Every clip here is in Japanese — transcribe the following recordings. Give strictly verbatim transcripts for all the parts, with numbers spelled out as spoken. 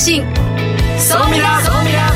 信総ミラ総ミラ。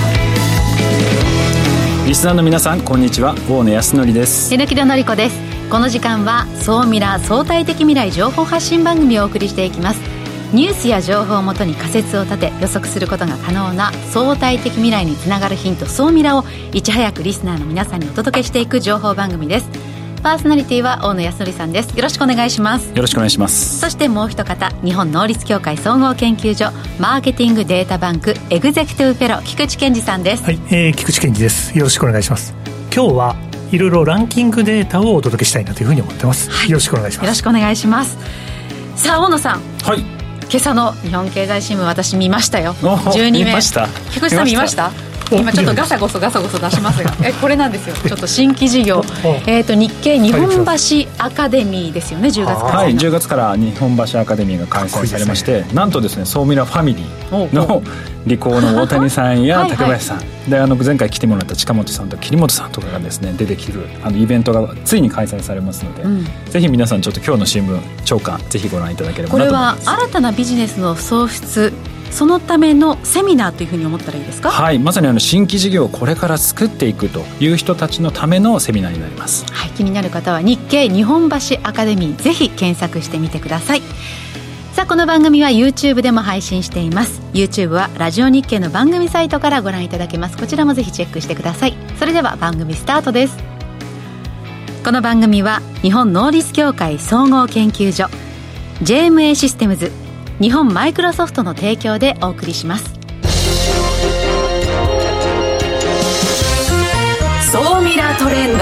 リスナーの皆さんこんにちは、大野康則です。 榎田紀子です。この時間は総ミラ相対的未来情報発信番組をお送りしていきます。ニュースや情報をもとに仮説を立て予測することが可能な相対的未来につながるヒント、総ミラをいち早くリスナーの皆さんにお届けしていく情報番組です。パーソナリティは大野康則さんです。よろしくお願いします。 よろしくお願いします。 そしてもう一方、日本能率協会総合研究所マーケティングデータバンクエグゼクティブフェロー菊池健二さんです。 はい、えー、菊池健二です。よろしくお願いします。今日はいろいろランキングデータをお届けしたいなというふうに思ってます、はい、よろしくお願いします。 よろしくお願いします。さあ大野さん、 はい、 今朝の日本経済新聞私見ましたよ。じゅうにめい見ました。 菊池さん見ました？今ちょっとガサゴソガサゴソ出しますがえこれなんですよ。ちょっと新規事業えーと日経日本橋アカデミーですよね。じゅうがつからはい、じゅうがつから日本橋アカデミーが開催されまして、ね、なんとですね総ミラファミリーのリコーの大谷さんや竹林さんはい、はい、であの前回来てもらった近本さんと桐本さんとかがですね出てきるあのイベントがついに開催されますので、うん、ぜひ皆さんちょっと今日の新聞朝刊ぜひご覧いただければなと思います。 これは新たなビジネスの創出、そのためのセミナーというふうに思ったらいいですか？ はい、まさにあの新規事業をこれから作っていくという人たちのためのセミナーになります。 はい、気になる方は日経日本橋アカデミーぜひ検索してみてください。さあこの番組は YouTube でも配信しています。 YouTube はラジオ日経の番組サイトからご覧いただけます。こちらもぜひチェックしてください。それでは番組スタートです。この番組は日本能率協会総合研究所 ジェーエムエー システムズ、日本マイクロソフトの提供でお送りします。 総ミラトレンド。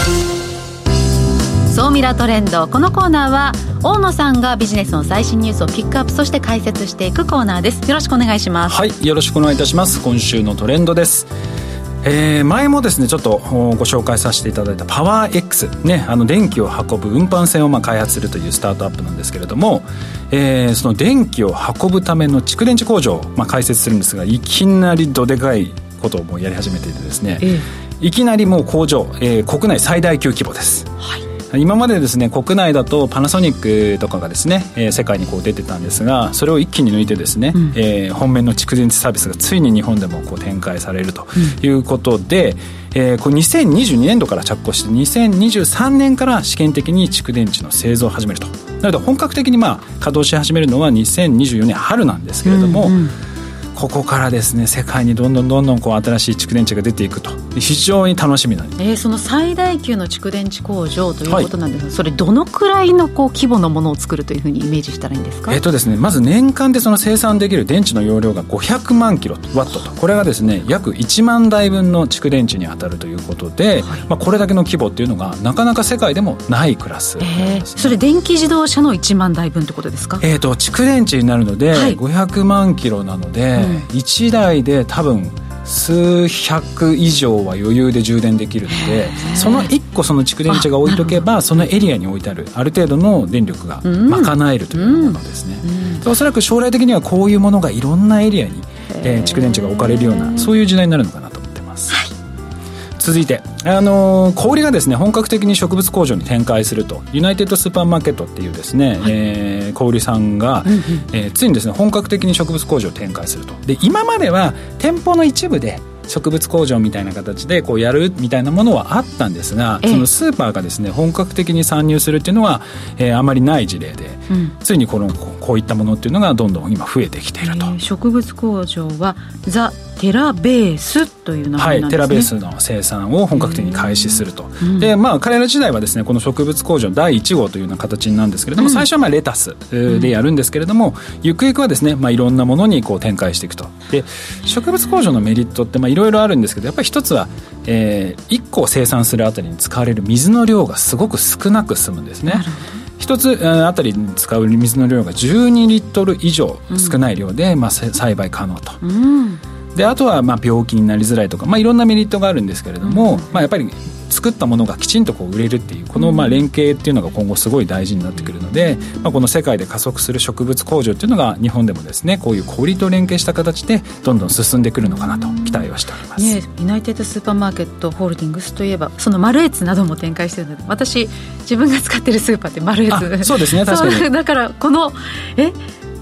総ミラトレンド、このコーナーは大野さんがビジネスの最新ニュースをピックアップ、そして解説していくコーナーです。よろしくお願いします。 はい、よろしくお願いいたします。今週のトレンドです。えー、前もですねちょっとご紹介させていただいたパワー X、ね、あの電気を運ぶ運搬船をまあ開発するというスタートアップなんですけれども、えー、その電気を運ぶための蓄電池工場をまあ開設するんですが、いきなりどでかいことをもうやり始めていてですね、えー、いきなりもう工場、えー、国内最大級規模です。はい、今までですね国内だとパナソニックとかがですね、えー、世界にこう出てたんですが、それを一気に抜いてですね、うん、えー、本命の蓄電池サービスがついに日本でもこう展開されるということで、うん、えー、これにせんにじゅうにねんどから着工してにせんにじゅうさんねんから試験的に蓄電池の製造を始めると。なので本格的にまあ稼働し始めるのはにせんにじゅうよねん春なんですけれども、うんうん、ここからですね世界にどんどんどんどんこう新しい蓄電池が出ていくと非常に楽しみなんです。 えー、その最大級の蓄電池工場ということなんですが、はい、それどのくらいのこう規模のものを作るというふうにイメージしたらいいんですか？ えーとですね、まず年間でその生産できる電池の容量がごひゃくまんキロワットと、これがですね約いちまんだいぶんの蓄電池に当たるということで、はい、まあ、これだけの規模っていうのがなかなか世界でもないクラスですね。 えー、それ電気自動車のいちまんだいぶんってことですか？ えーと蓄電池になるので、はい、ごひゃくまんキロなので、うん、いちだいで多分数百以上は余裕で充電できるので、そのいっこその蓄電池が置いとけばそのエリアに置いてあるある程度の電力が賄えるというものですね。うんうん、おそらく将来的にはこういうものがいろんなエリアに、えー、蓄電池が置かれるようなそういう時代になるのかなと思ってます。はい、続いて、あのー、小売りがですね本格的に植物工場に展開すると、ユナイテッドスーパーマーケットっていうですね、はい、えー、小売さんが、うんうん、えー、ついにですね本格的に植物工場を展開すると。で今までは店舗の一部で植物工場みたいな形でこうやるみたいなものはあったんですが、そのスーパーがですね本格的に参入するっていうのは、えー、あまりない事例で、うん、ついにこのこういったものっていうのがどんどん今増えてきていると。 えー、植物工場はザ・テラベースという名前なんですね。 はい、テラベースの生産を本格的に開始すると。で、まあ、彼ら時代はですねこの植物工場だいいち号というような形なんですけれども、うん、最初はまあレタスでやるんですけれども、うん、ゆくゆくはですね、まあ、いろんなものにこう展開していくと。で植物工場のメリットっていろいろあるんですけど、やっぱり一つは、えー、いっこ生産するあたりに使われる水の量がすごく少なく済むんですね。一つあたりに使う水の量がじゅうにリットル以上少ない量で、うん、まあ、栽培可能と。うん、であとはまあ病気になりづらいとか、まあ、いろんなメリットがあるんですけれども、うん、まあ、やっぱり作ったものがきちんとこう売れるっていうこのまあ連携っていうのが今後すごい大事になってくるので、まあ、この世界で加速する植物工場っていうのが日本でもですねこういう小売りと連携した形でどんどん進んでくるのかなと期待をしております。 ね、ユナイテッドスーパーマーケットホールディングスといえばそのマルエツなども展開しているので、私自分が使ってるスーパーってマルエツ。 そうですね、確かに。 だからこのえ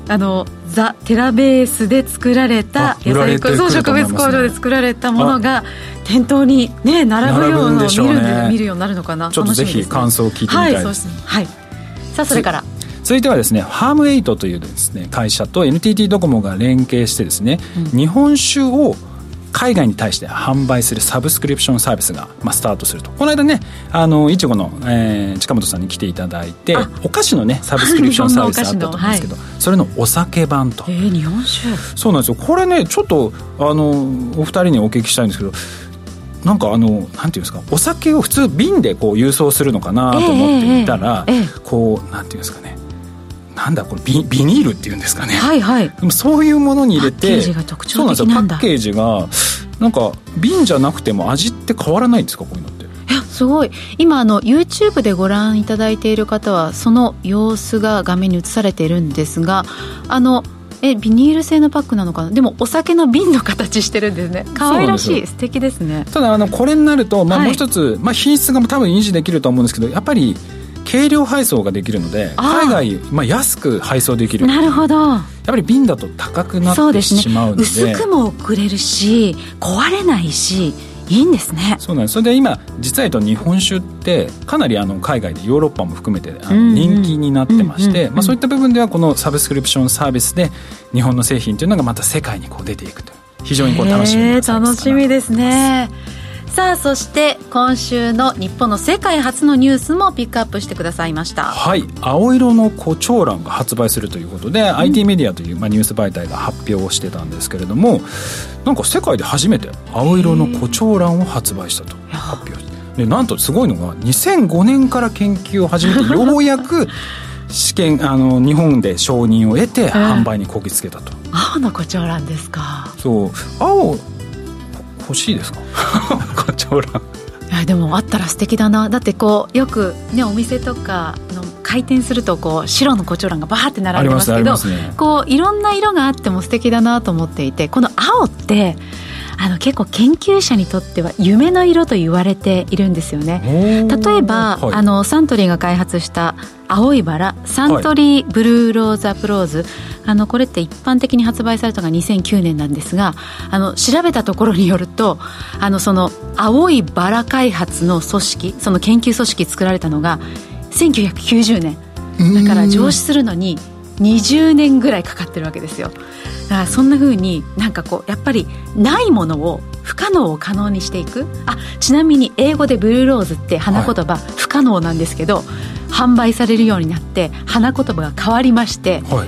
あのザ・テラベースで作られた野菜工場、植物工場で作られたものが店頭に、ね、並ぶような、ね、見る見るようになるのかな。 ちょっとぜひ感想を聞いてみたいです。はい、そうですね。はい。 さあそれから続いてはですね、ファームエイトというですね会社と エヌティーティー ドコモが連携してですね、うん、日本酒を海外に対して販売するサブスクリプションサービスが、まあ、スタートすると。この間ね、あのいちごの、えー、近本さんに来ていただいて、お菓子のねサブスクリプションサービスあったと思うんですけど、はい、それのお酒版と。 えー、日本酒。 そうなんですよ。これねちょっとあのお二人にお聞きしたいんですけど、なんかあのなんていうんですか、お酒を普通瓶でこう郵送するのかなと思っていたら、えーえーえー、こうなんていうんですかね、なんだこれ ビ, ビニールっていうんですかね、 はいはい、 でもそういうものに入れて、 パッケージが特徴的なんだ。 そうなんですよ。パッケージがなんか瓶じゃなくても味って変わらないんですか、こういうのって。 いやすごい。今あの YouTube でご覧いただいている方はその様子が画面に映されているんですが、あのえビニール製のパックなのかな。でもお酒の瓶の形してるんですね。可愛らしい、素敵ですね。 ただあのこれになると、まあ、もう一つ、はい、まあ、品質が多分維持できると思うんですけど、やっぱり軽量配送ができるので海外、まあ、安く配送できる。 なるほど。 やっぱり瓶だと高くなってしまうので、 そうですね、薄くも送れるし壊れないしいいんですね。 そうなんです。それで今実は言うと日本酒ってかなりあの海外でヨーロッパも含めてあの人気になってまして、まあ、そういった部分ではこのサブスクリプションサービスで日本の製品というのがまた世界にこう出ていくという、非常にこう楽しみなサービスかなと思います。 楽しみですね。さあそして今週の日本の世界初のニュースもピックアップしてくださいました。 はい、青色の胡蝶蘭が発売するということで、うん、アイティー メディアという、まあ、ニュース媒体が発表をしてたんですけれども、なんか世界で初めて青色の胡蝶蘭を発売したと発表して、でなんとすごいのがにせんごねんから研究を始めてようやく試験あの日本で承認を得て販売にこぎつけたと。 青の胡蝶蘭ですか。 そう、青欲しいですか胡蝶蘭。 いやでもあったら素敵だな。だってこうよくねお店とかの開店するとこう白の胡蝶蘭がバーって並んでますけど、ね、こういろんな色があっても素敵だなと思っていて、この青ってあの結構研究者にとっては夢の色と言われているんですよね。例えば、はい、あのサントリーが開発した青いバラサントリーブルーローズアプローズ、はい、あのこれって一般的に発売されたのがにせんきゅうねんなんですが、あの調べたところによるとあのその青いバラ開発の組織、その研究組織作られたのがせんきゅうひゃくきゅうじゅうねんだから上市するのににじゅうねんぐらいかかってるわけですよ。だからそんな風になんかこうやっぱりないものを不可能を可能にしていく。あ、ちなみに英語でブルーローズって花言葉、はい、不可能なんですけど販売されるようになって花言葉が変わりまして、はい、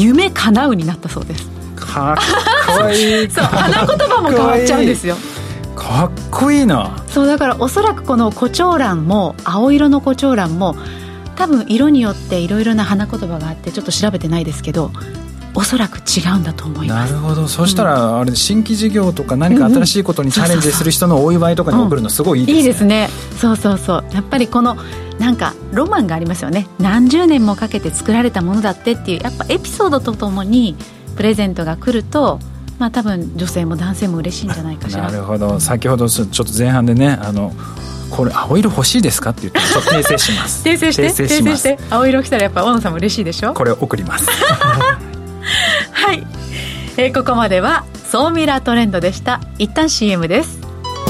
夢叶うになったそうです。 かっこいいそう花言葉も変わっちゃうんですよ。 かっこいいな。 そうだからおそらくこの胡蝶蘭も青色の胡蝶蘭も多分色によっていろいろな花言葉があってちょっと調べてないですけどおそらく違うんだと思います。 なるほど。そしたらあれ新規事業とか何か新しいことにチャレンジする人のお祝いとかに送るのすごいいいですね、 うん、いいですね。そうそうそう。やっぱりこのなんかロマンがありますよね。何十年もかけて作られたものだってっていうやっぱエピソードとともにプレゼントが来ると、まあ、多分女性も男性も嬉しいんじゃないかしら。 なるほど。先ほどちょっと前半でねあのこれ青色欲しいですかって言ってちょっと訂正します訂正して訂正します。訂正して青色来たらやっぱ大野さんも嬉しいでしょ。 これ送りますはい、えー、ここまでは総ミラートレンドでした。一旦 シーエム です。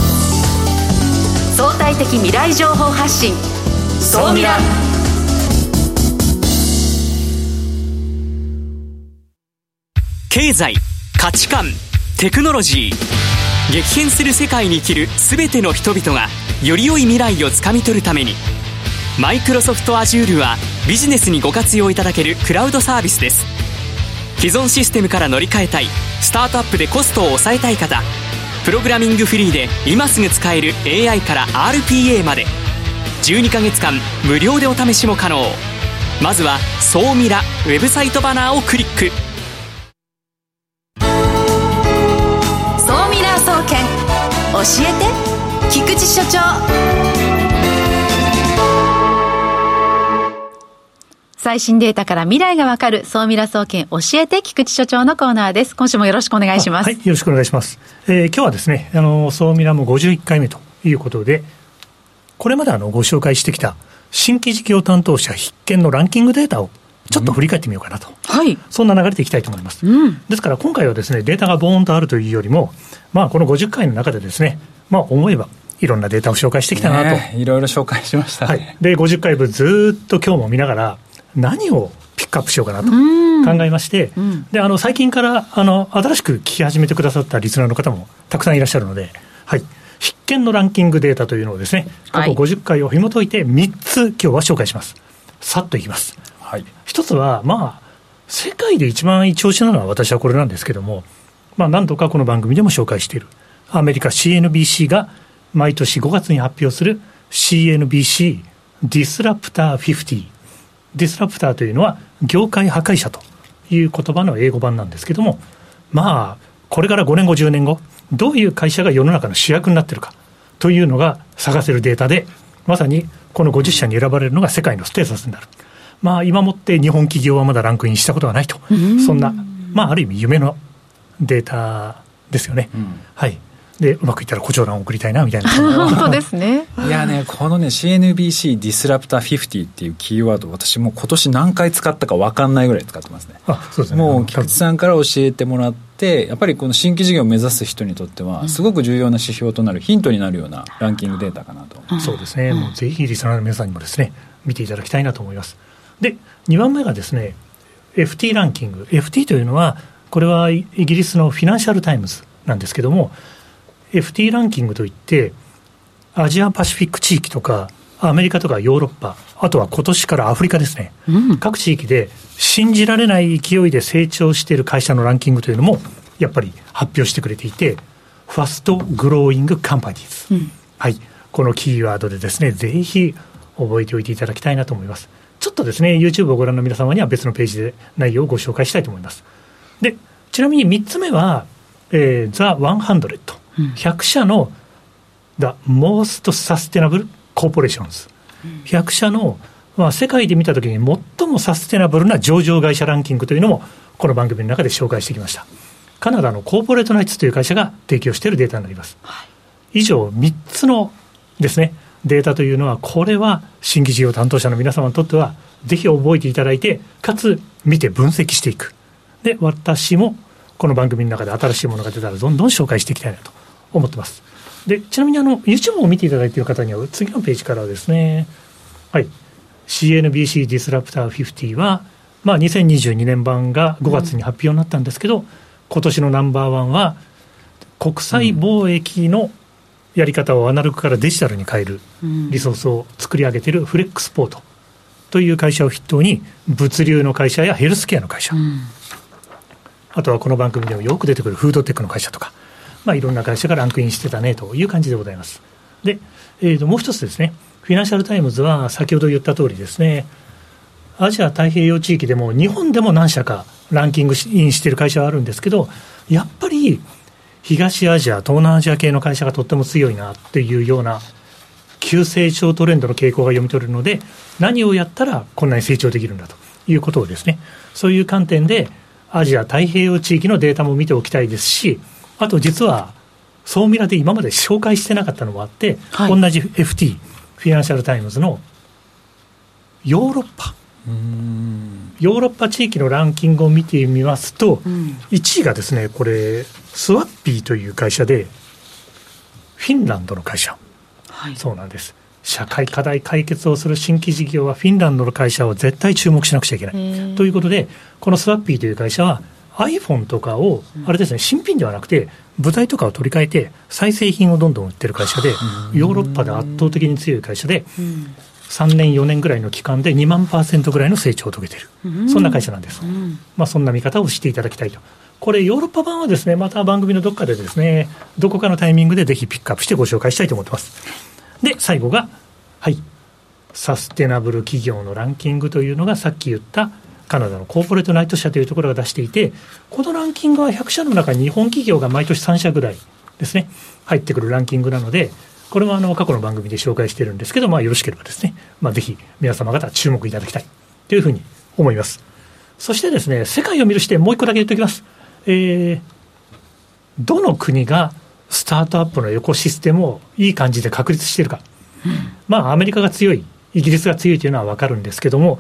相対的未来情報発信総ミラ。 経済、価値観、テクノロジー、激変する世界に生きるすべての人々がより良い未来をつかみ取るために、マイクロソフト Azure はビジネスにご活用いただけるクラウドサービスです。既存システムから乗り換えたい、スタートアップでコストを抑えたい方、プログラミングフリーで今すぐ使える エーアイ から アールピーエー までじゅうにかげつかん無料でお試しも可能。まずは総ミラウェブサイトバナーをクリック。 総ミラー総研教えて菊池所長。 最新データから未来がわかる総ミラ総研教えて菊池所長のコーナーです。今週もよろしくお願いします。 はい、よろしくお願いします。えー、今日はですねあの総ミラもごじゅういっかいめということで、これまであのご紹介してきた新規事業担当者必見のランキングデータをちょっと振り返ってみようかなと、 はい、 そんな流れでいきたいと思います、うん、ですから今回はですねデータがボーンとあるというよりも、まあ、このごじゅっかいの中でですね、まあ、思えばいろんなデータを紹介してきたなと、 ね、いろいろ紹介しましたね、はい、 でごじゅっかいぶんずっと今日も見ながら何をピックアップしようかなと考えまして、うん、であの最近からあの新しく聞き始めてくださったリスナーの方もたくさんいらっしゃるので、はい、必見のランキングデータというのをですね過去ごじゅっかいを紐解いてみっつ今日は紹介します。さっといきます、はい、一つはまあ世界で一番調子なのは私はこれなんですけども、まあ、何度かこの番組でも紹介しているアメリカ シーエヌビーシー が毎年ごがつに発表する シーエヌビーシー ディスラプターフィフティ。ディスラプターというのは業界破壊者という言葉の英語版なんですけども、まあこれからごねんごじゅうねんごどういう会社が世の中の主役になっているかというのが探せるデータで、まさにこのごじゅっしゃに選ばれるのが世界のステータスになる。まあ今もって日本企業はまだランクインしたことがないと、そんなまあある意味夢のデータですよね、うん、はい。でうまくいったら誇張欄を送りたいなみたいな本当ですね。 いやねこのね シーエヌビーシー ディスラプターフィフティっていうキーワード私もう今年何回使ったか分かんないぐらい使ってますね。 あ、そうですね。 もう菊池さんから教えてもらってやっぱりこの新規事業を目指す人にとってはすごく重要な指標となるヒントになるようなランキングデータかなと、 うん、そうですね。もうぜひリスナーの皆さんにもですね見ていただきたいなと思います。でにばんめがですね エフティー ランキング。 エフティー というのはこれはイギリスのフィナンシャルタイムズなんですけども、エフティー ランキングといってアジアパシフィック地域とかアメリカとかヨーロッパ、あとは今年からアフリカですね、うん、各地域で信じられない勢いで成長している会社のランキングというのもやっぱり発表してくれていて、ファストグローイングカンパニーズ、うん、はい、このキーワードでですねぜひ覚えておいていただきたいなと思います。ちょっとですね YouTube をご覧の皆様には別のページで内容をご紹介したいと思います。でちなみにみっつめは、えー、ザ・ひゃくひゃく社の The Most Sustainable Corporations、ひゃく社の、まあ、世界で見たときに最もサステナブルな上場会社ランキングというのもこの番組の中で紹介してきました。カナダのコーポレートナイツという会社が提供しているデータになります、はい、以上みっつのですねデータというのはこれは新規事業担当者の皆様にとってはぜひ覚えていただいてかつ見て分析していく。で私もこの番組の中で新しいものが出たらどんどん紹介していきたいなと思ってます。でちなみにあの YouTube を見ていただいている方には次のページからですね、はい、シーエヌビーシー ディスラプターフィフティは、まあ、にせんにじゅうにねん版がごがつに発表になったんですけど、うん、今年のナンバーワンは国際貿易のやり方をアナログからデジタルに変えるリソースを作り上げているフレックスポートという会社を筆頭に物流の会社やヘルスケアの会社、うん、あとはこの番組でもよく出てくるフードテックの会社とか、まあ、いろんな会社がランクインしてたねという感じでございます。で、えー、ともう一つですね、フィナンシャルタイムズは先ほど言った通りですね、アジア太平洋地域でも日本でも何社かランキングインしている会社はあるんですけど、やっぱり東アジア東南アジア系の会社がとっても強いなっていうような急成長トレンドの傾向が読み取れるので、何をやったらこんなに成長できるんだということをですね、そういう観点でアジア太平洋地域のデータも見ておきたいですし、あと実は総ミラで今まで紹介してなかったのもあって、はい、同じ エフティー フィナンシャルタイムズのヨーロッパうーんヨーロッパ地域のランキングを見てみますと、うん、いちいがですねこれスワッピーという会社でフィンランドの会社、はい、そうなんです。社会課題解決をする新規事業はフィンランドの会社を絶対注目しなくちゃいけないということで、このスワッピーという会社はiPhone とかをあれですね、新品ではなくて部材とかを取り替えて再製品をどんどん売ってる会社で、ヨーロッパで圧倒的に強い会社でさんねんよねんぐらいの期間でにまんパーセントぐらいの成長を遂げている、そんな会社なんです、まあ、そんな見方をしていただきたいと。これヨーロッパ版はですねまた番組のどっかでですねどこかのタイミングでぜひピックアップしてご紹介したいと思ってます。で最後がはいサステナブル企業のランキングというのがさっき言ったカナダのコーポレートナイト社というところが出していて、このランキングはひゃく社の中に日本企業が毎年さん社ぐらいですね入ってくるランキングなので、これはあの過去の番組で紹介しているんですけど、まあ、よろしければですね、まあ、ぜひ皆様方注目いただきたいというふうに思います。そしてですね世界を見る視点もう一個だけ言っておきます。えー、どの国がスタートアップのエコシステムをいい感じで確立しているか、うん、まあアメリカが強いイギリスが強いというのは分かるんですけども、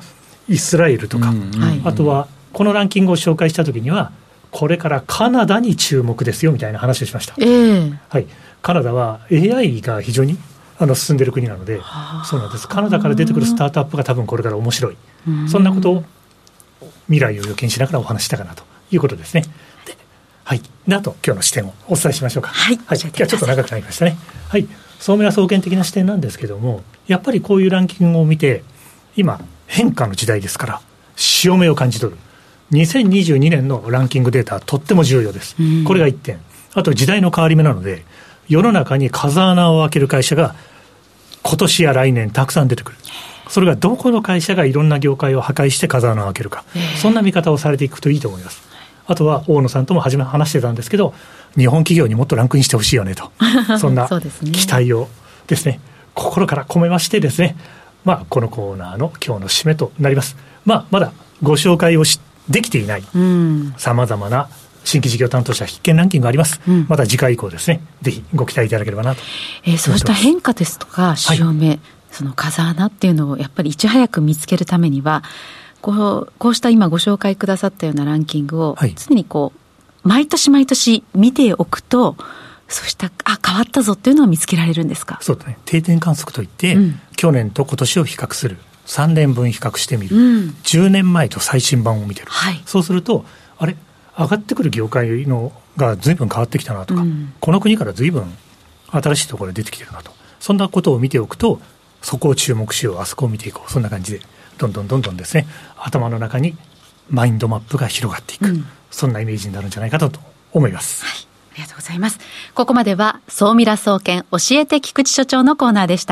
イスラエルとか、うんうんうん、あとはこのランキングを紹介したときにはこれからカナダに注目ですよみたいな話をしました、 えーはい、カナダは エーアイ が非常にあの進んでいる国なので、そうなんです。カナダから出てくるスタートアップが多分これから面白い、そんなことを未来を予見しながらお話したかなということですね。で、はい、であと今日の視点をお伝えしましょうか。 はい、 はい、今日はちょっと長くなりましたね。はい、総村総研的な視点なんですけども、やっぱりこういうランキングを見て今変化の時代ですから潮目を感じ取るにせんにじゅうにねんのランキングデータはとっても重要です。これがいってん、あと時代の変わり目なので世の中に風穴を開ける会社が今年や来年たくさん出てくる。それがどこの会社がいろんな業界を破壊して風穴を開けるか、そんな見方をされていくといいと思います。あとは大野さんとも初め話してたんですけど、日本企業にもっとランクインしてほしいよねとそんな期待をですね心から込めましてですね、まあ、このコーナーの今日の締めとなります。まあ、まだご紹介をしできていないさまざまな新規事業担当者必見ランキングがあります、うん、また次回以降ですねぜひご期待いただければなと、 えー、そうした変化ですとか潮目、はい、その風穴っていうのをやっぱりいち早く見つけるためにはこう、こうした今ご紹介くださったようなランキングを常にこう毎年毎年見ておくと、そうしたあ変わったぞっていうのは見つけられるんですか。 そうですね、定点観測といって、うん、去年と今年を比較する、さんねんぶん比較してみる、うん、じゅうねんまえと最新版を見てる、はい、そうするとあれ上がってくる業界のが随分変わってきたなとか、うん、この国から随分新しいところが出てきてるなと、そんなことを見ておくとそこを注目しよう、あそこを見ていこう、そんな感じでどんどんどんどんですね頭の中にマインドマップが広がっていく、うん、そんなイメージになるんじゃないかと思います、 はい、ありがとうございます。ここまでは総ミラ総研教えて菊池所長のコーナーでした。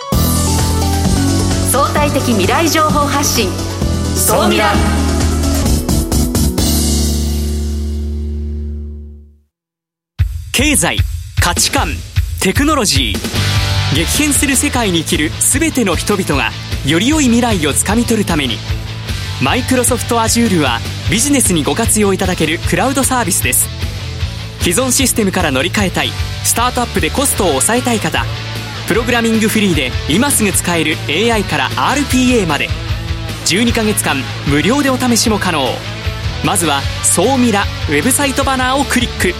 相対的未来情報発信総ミラ。 経済、価値観、テクノロジー、激変する世界に生きるすべての人々がより良い未来をつかみ取るために、マイクロソフト Azure はビジネスにご活用いただけるクラウドサービスです。既存システムから乗り換えたい、スタートアップでコストを抑えたい方、プログラミングフリーで今すぐ使える エーアイ から アールピーエー までじゅうにかげつかん無料でお試しも可能。まずは総ミラウェブサイトバナーをクリック。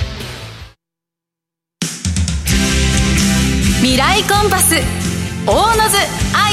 未来コンパス大野津愛。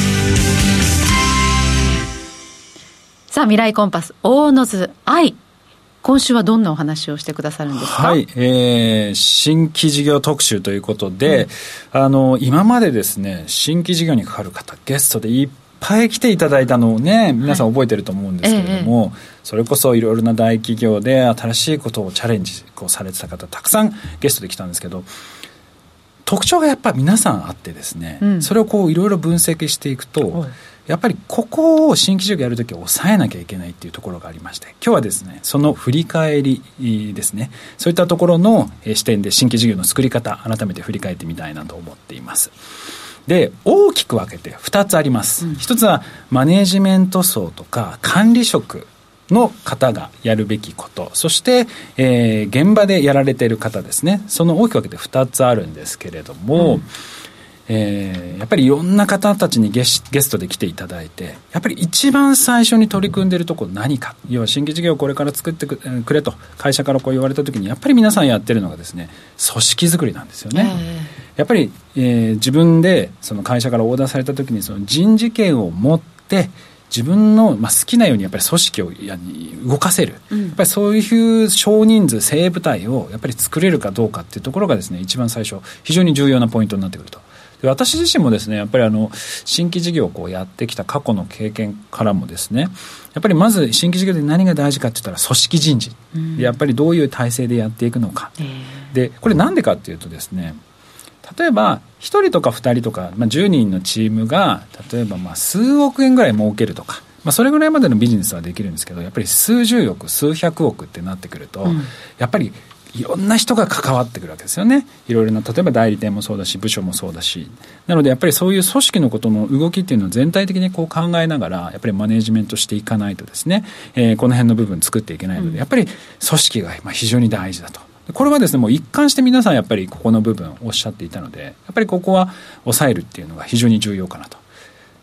さあ未来コンパス大野津愛、今週はどんなお話をしてくださるんですか。 はい、えー、新規事業特集ということで、うん、あの今までですね新規事業に関わる方ゲストでいっぱい来ていただいたのをね皆さん覚えてると思うんですけれども、はいええ、それこそいろいろな大企業で新しいことをチャレンジこうされてた方たくさんゲストで来たんですけど、特徴がやっぱり皆さんあってですね、うん、それをこういろいろ分析していくと、やっぱりここを新規事業やるときは抑えなきゃいけないっていうところがありまして、今日はですねその振り返りですね、そういったところの視点で新規事業の作り方改めて振り返ってみたいなと思っています。で大きく分けてふたつあります、うん、ひとつはマネージメント層とか管理職の方がやるべきこと、そして、えー、現場でやられている方ですね、その大きく分けてふたつあるんですけれども、うんえー、やっぱりいろんな方たちにゲス、ゲストで来ていただいて、やっぱり一番最初に取り組んでいるところ何か、要は新規事業をこれから作ってくれと会社からこう言われたときにやっぱり皆さんやってるのがですね組織作りなんですよね。やっぱり、えー、自分でその会社からオーダーされたときにその人事権を持って自分の、まあ、好きなようにやっぱり組織をや動かせる、うん、やっぱりそういう少人数精鋭部隊をやっぱり作れるかどうかっていうところがですね一番最初非常に重要なポイントになってくると。で私自身もですねやっぱりあの新規事業をこうやってきた過去の経験からもですねやっぱりまず新規事業で何が大事かって言ったら組織人事、うん、やっぱりどういう体制でやっていくのか、えー、でこれなんでかっていうとですね、例えばひとりとかふたりとか、まあ、じゅうにんのチームが例えばまあ数億円ぐらい儲けるとか、まあ、それぐらいまでのビジネスはできるんですけど、やっぱり数十億数百億ってなってくると、うん、やっぱりいろんな人が関わってくるわけですよね。いろいろな例えば代理店もそうだし部署もそうだし、なのでやっぱりそういう組織のことの動きっていうのを全体的にこう考えながらやっぱりマネージメントしていかないとですね、えー、この辺の部分作っていけないので、うん、やっぱり組織がまあ非常に大事だと。これはですねもう一貫して皆さんやっぱりここの部分おっしゃっていたので、やっぱりここは抑えるっていうのが非常に重要かなと。で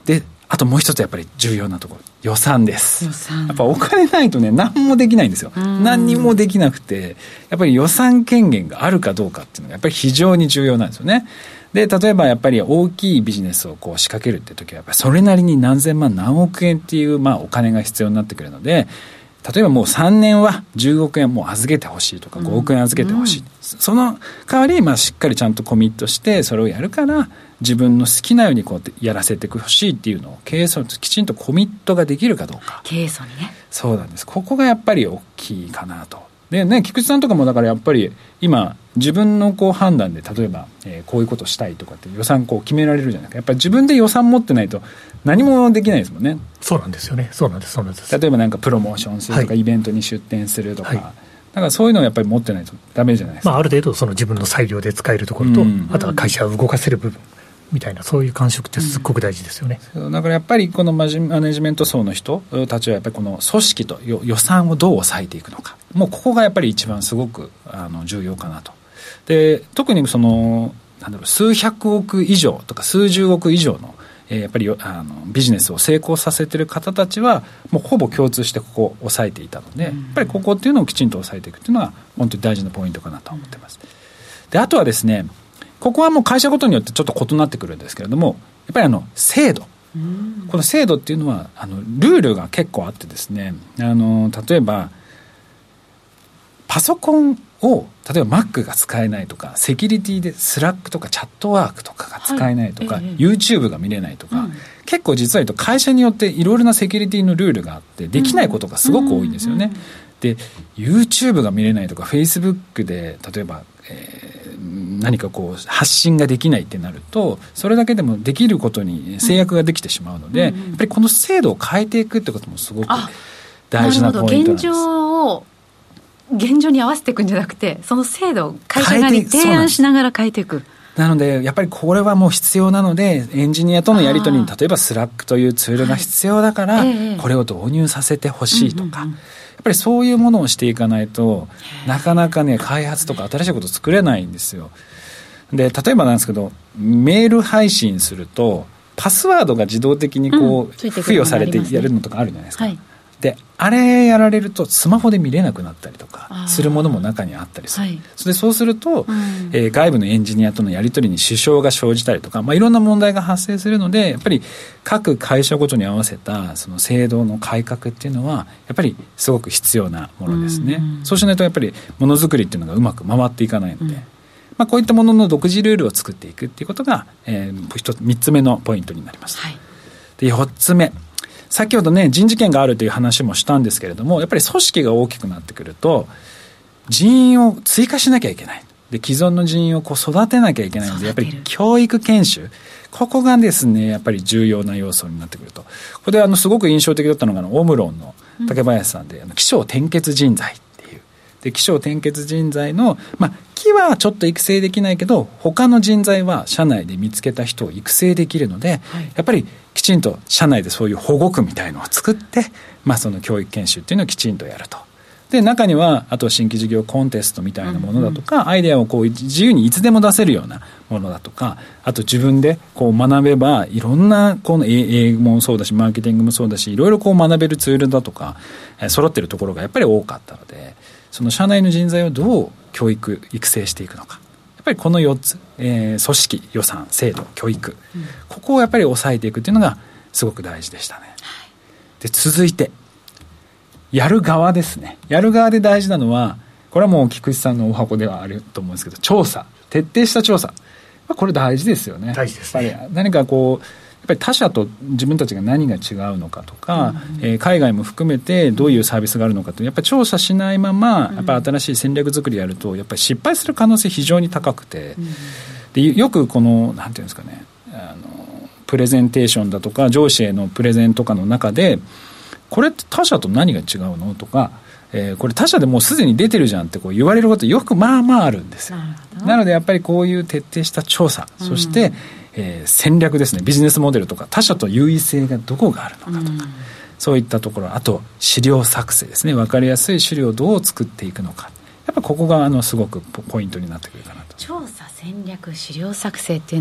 あともう一つやっぱり重要なところ、予算です。 予算。 やっぱお金ないとね、何もできないんですよ。何にもできなくて、やっぱり予算権限があるかどうかっていうのがやっぱり非常に重要なんですよね。で、例えばやっぱり大きいビジネスをこう仕掛けるって時は、やっぱりそれなりに何千万何億円っていう、まあお金が必要になってくるので、例えばもうさんねんはじゅうおくえんもう預けてほしいとかごおくえん預けてほしい、うん、その代わりまあしっかりちゃんとコミットしてそれをやるから自分の好きなようにこうやってやらせてほしいっていうのを経営層ときちんとコミットができるかどうか。 経営層にね。 そうなんです。ここがやっぱり大きいかなと。でね、菊池さんとかもだからやっぱり今自分のこう判断で例えば、えー、こういうことしたいとかって予算こう決められるじゃないですか。やっぱり自分で予算持ってないと何もできないですもんね。 そうなんですよね。そうなんです。そうなんです。 例えばなんかプロモーションするとか、はい、イベントに出展するとか、はい、だからそういうのをやっぱり持ってないとダメじゃないですか。 まあ、ある程度その自分の裁量で使えるところと、うん、あとは会社を動かせる部分みたいな、そういう感触ってすっごく大事ですよね、 うん、だからやっぱりこのマネジメント層の人たちはやっぱりこの組織と予算をどう抑えていくのか、もうここがやっぱり一番すごくあの重要かなと。で特にそのなんだろう数百億以上とか数十億以上の、えー、やっぱりあのビジネスを成功させている方たちはもうほぼ共通してここを抑えていたので、うん、やっぱりここっていうのをきちんと抑えていくっていうのは本当に大事なポイントかなと思ってます。であとはですね、ここはもう会社ごとによってちょっと異なってくるんですけれども、やっぱりあの制度、うん、この制度っていうのはあのルールが結構あってですね、あの例えばパソコンを例えば Mac が使えないとか、セキュリティでスラックとかチャットワークとかが使えないとか、はい、YouTube が見れないとか、うん、結構実は言うと会社によっていろいろなセキュリティのルールがあってできないことがすごく多いんですよね、うんうんうん、で YouTube が見れないとか Facebook で例えば、えー、何かこう発信ができないってなるとそれだけでもできることに制約ができてしまうので、うんうんうん、やっぱりこの制度を変えていくってこともすごく大事なポイントなんです。 現状を現状に合わせていくんじゃなくて、その制度を会社側に提案しながら変えていく。 なのでやっぱりこれはもう必要なので、エンジニアとのやり取りに例えばスラックというツールが必要だから、はい、これを導入させてほしいとか、うんうんうん、やっぱりそういうものをしていかないとなかなかね開発とか新しいこと作れないんですよ。で例えばなんですけど、メール配信するとパスワードが自動的にこう、うん、付与されてやるのとかあるじゃないですか、はい、であれやられるとスマホで見れなくなったりとかするものも中にあったりする、はい、それでそうすると、うんえー、外部のエンジニアとのやり取りに支障が生じたりとか、まあ、いろんな問題が発生するので、やっぱり各会社ごとに合わせたその制度の改革っていうのはやっぱりすごく必要なものですね、うんうん、そうしないとやっぱりものづくりっていうのがうまく回っていかないので、うんまあ、こういったものの独自ルールを作っていくっていうことが、えー、一つみっつめのポイントになります、はい、でよっつめ、先ほどね人事権があるという話もしたんですけれども、やっぱり組織が大きくなってくると人員を追加しなきゃいけない。で既存の人員をこう育てなきゃいけないので、やっぱり教育研修、ここがですねやっぱり重要な要素になってくると。ここであのすごく印象的だったのがオムロンの竹林さんで、うん、あの起承転結人材っていうで起承転結人材の、まあ、木はちょっと育成できないけど他の人材は社内で見つけた人を育成できるので、はい、やっぱりきちんと社内でそういう保護区みたいのを作って、まあ、その教育研修っていうのをきちんとやると。で中にはあと新規事業コンテストみたいなものだとか、うんうん、アイデアをこう自由にいつでも出せるようなものだとか、あと自分でこう学べばいろんなこの英語もそうだしマーケティングもそうだしいろいろこう学べるツールだとか、えー、揃ってるところがやっぱり多かったので、その社内の人材をどう教育育成していくのか、やっぱりこのよっつ、えー、組織予算制度教育、うん、ここをやっぱり抑えていくっていうのがすごく大事でしたね、はい、で続いてやる側ですね。やる側で大事なのはこれはもう菊池さんのお箱ではあると思うんですけど、調査、徹底した調査、これ大事ですよね。 大事ですね。 やっぱり何かこうやっぱり他社と自分たちが何が違うのかとか、うんえー、海外も含めてどういうサービスがあるのかとやっぱり調査しないままやっぱり新しい戦略作りやるとやっぱり失敗する可能性非常に高くて、うん、でよくこのなんていうんですかね、あのプレゼンテーションだとか上司へのプレゼンとかの中でこれって他社と何が違うのとか、えー、これ他社でもうすでに出てるじゃんってこう言われることよくまあまああるんですよ。なのでやっぱりこういう徹底した調査、そして、うんえー、戦略ですね。ビジネスモデルとか他社と優位性がどこがあるのかとか、うん、そういったところ、あと資料作成ですね。分かりやすい資料をどう作っていくのか、やっぱここがあのすごくポイントになってくるかなと。 調査戦略資料作成っていうのは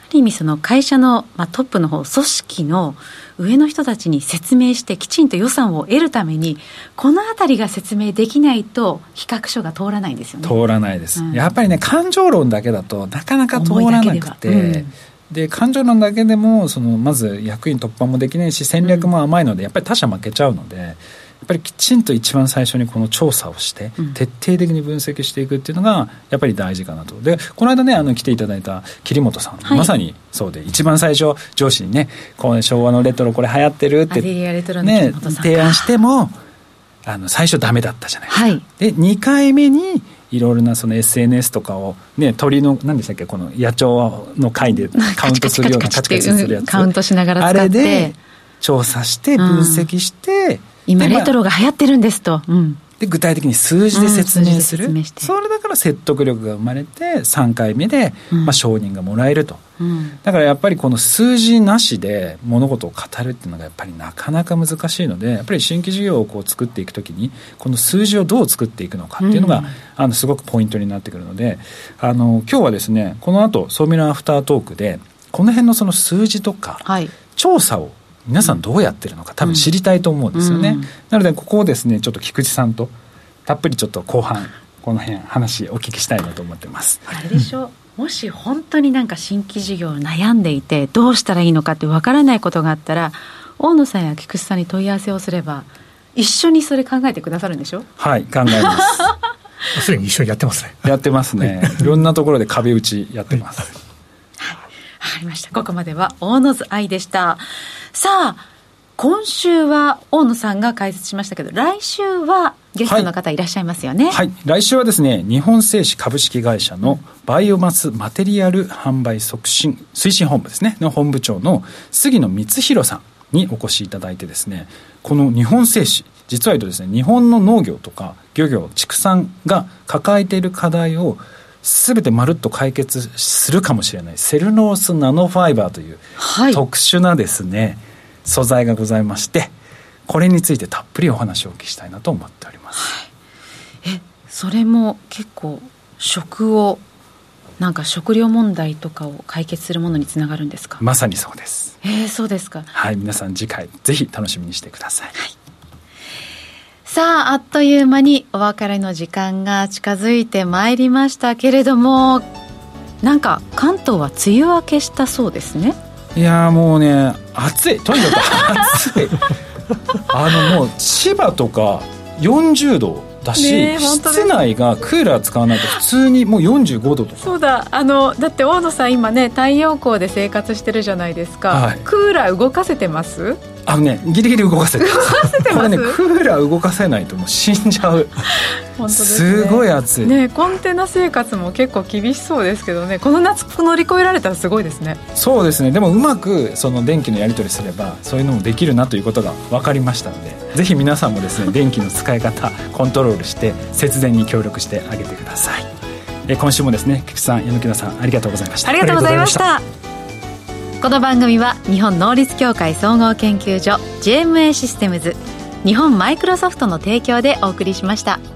る意味その会社の、まあ、トップの方組織の上の人たちに説明してきちんと予算を得るためにこのあたりが説明できないと比較書が通らないんですよね。 通らないです、 うん、 やっぱりね感情論だけだとなかなか通らなくて、で、うん、で感情論だけでもそのまず役員突破もできないし戦略も甘いので、うん、やっぱり他社負けちゃうので、やっぱりきちんと一番最初にこの調査をして徹底的に分析していくっていうのがやっぱり大事かなと。でこの間ねあの来ていただいた桐本さん、はい、まさにそうで一番最初上司にねこう昭和のレトロこれ流行ってるって、ね、提案してもあの最初ダメだったじゃないですか、はい、でにかいめにいろいろなその エスエヌエス とかを、ね、鳥の何でしたっけこの野鳥の会でカウントするようなカチカチするやつカウントしながら使ってあれで調査して分析して、うん、 今レトロが流行ってるんですと、うん、 で具体的に数字で説明する、 うん、 それだから説得力が生まれてさんかいめで、うんまあ、承認がもらえると、うん、だからやっぱりこの数字なしで物事を語るっていうのがやっぱりなかなか難しいので、やっぱり新規事業をこう作っていくときにこの数字をどう作っていくのかっていうのが、うん、あのすごくポイントになってくるので、あの今日はですねこの後総ミラーアフタートークでこの辺のその数字とか、はい、調査を皆さんどうやってるのか多分知りたいと思うんですよね、うん、なのでここをですねちょっと菊池さんとたっぷりちょっと後半この辺話お聞きしたいなと思ってます。 あれでしょもし本当になんか新規事業を悩んでいてどうしたらいいのかってわからないことがあったら大野さんや菊池さんに問い合わせをすれば一緒にそれ考えてくださるんでしょ。 はい考えますすでに一緒にやってますね。 やってますねいろんなところで壁打ちやってます、はい、 わかりました。ここまでは大野津愛でした。さあ今週は大野さんが解説しましたけど来週はゲストの方いらっしゃいますよね。 はい、はい、来週はですね日本製紙株式会社のバイオマスマテリアル販売促進推進本部ですねの本部長の杉野光弘さんにお越しいただいてですね、この日本製紙実は言うとですね日本の農業とか漁業畜産が抱えている課題をすべてまるっと解決するかもしれないセルロースナノファイバーという特殊なですね、はい、素材がございまして、これについてたっぷりお話をお聞きしたいなと思っております、 はい、えそれも結構食をなんか食料問題とかを解決するものにつながるんですか。 まさにそうです。 えー、そうですか。 はい、皆さん次回ぜひ楽しみにしてください、はい、 さああっという間にお別れの時間が近づいてまいりましたけれども、なんか関東は梅雨明けしたそうですね。 いやもうね暑いとにかく暑いあのもう千葉とかよんじゅうどだし、ね、室内がクーラー使わないと普通にもうよんじゅうごどとか。 そうだあのだって大野さん今ね太陽光で生活してるじゃないですか、はい、クーラー動かせてます？ あのねギリギリ動かせてます。 動かせてます。 これねクーラー動かせないともう死んじゃう本当ですね。 すごい暑い、 ね、コンテナ生活も結構厳しそうですけどね、この夏乗り越えられたらすごいですね。 そうですね。でもうまくその電気のやり取りすればそういうのもできるなということが分かりましたので、ぜひ皆さんもですね電気の使い方コントロールして節電に協力してあげてください。え今週もですね菊池さん柳田さんありがとうございました。 ありがとうございました。この番組は日本能率協会総合研究所 ジェーエムエー システムズ日本マイクロソフトの提供でお送りしました。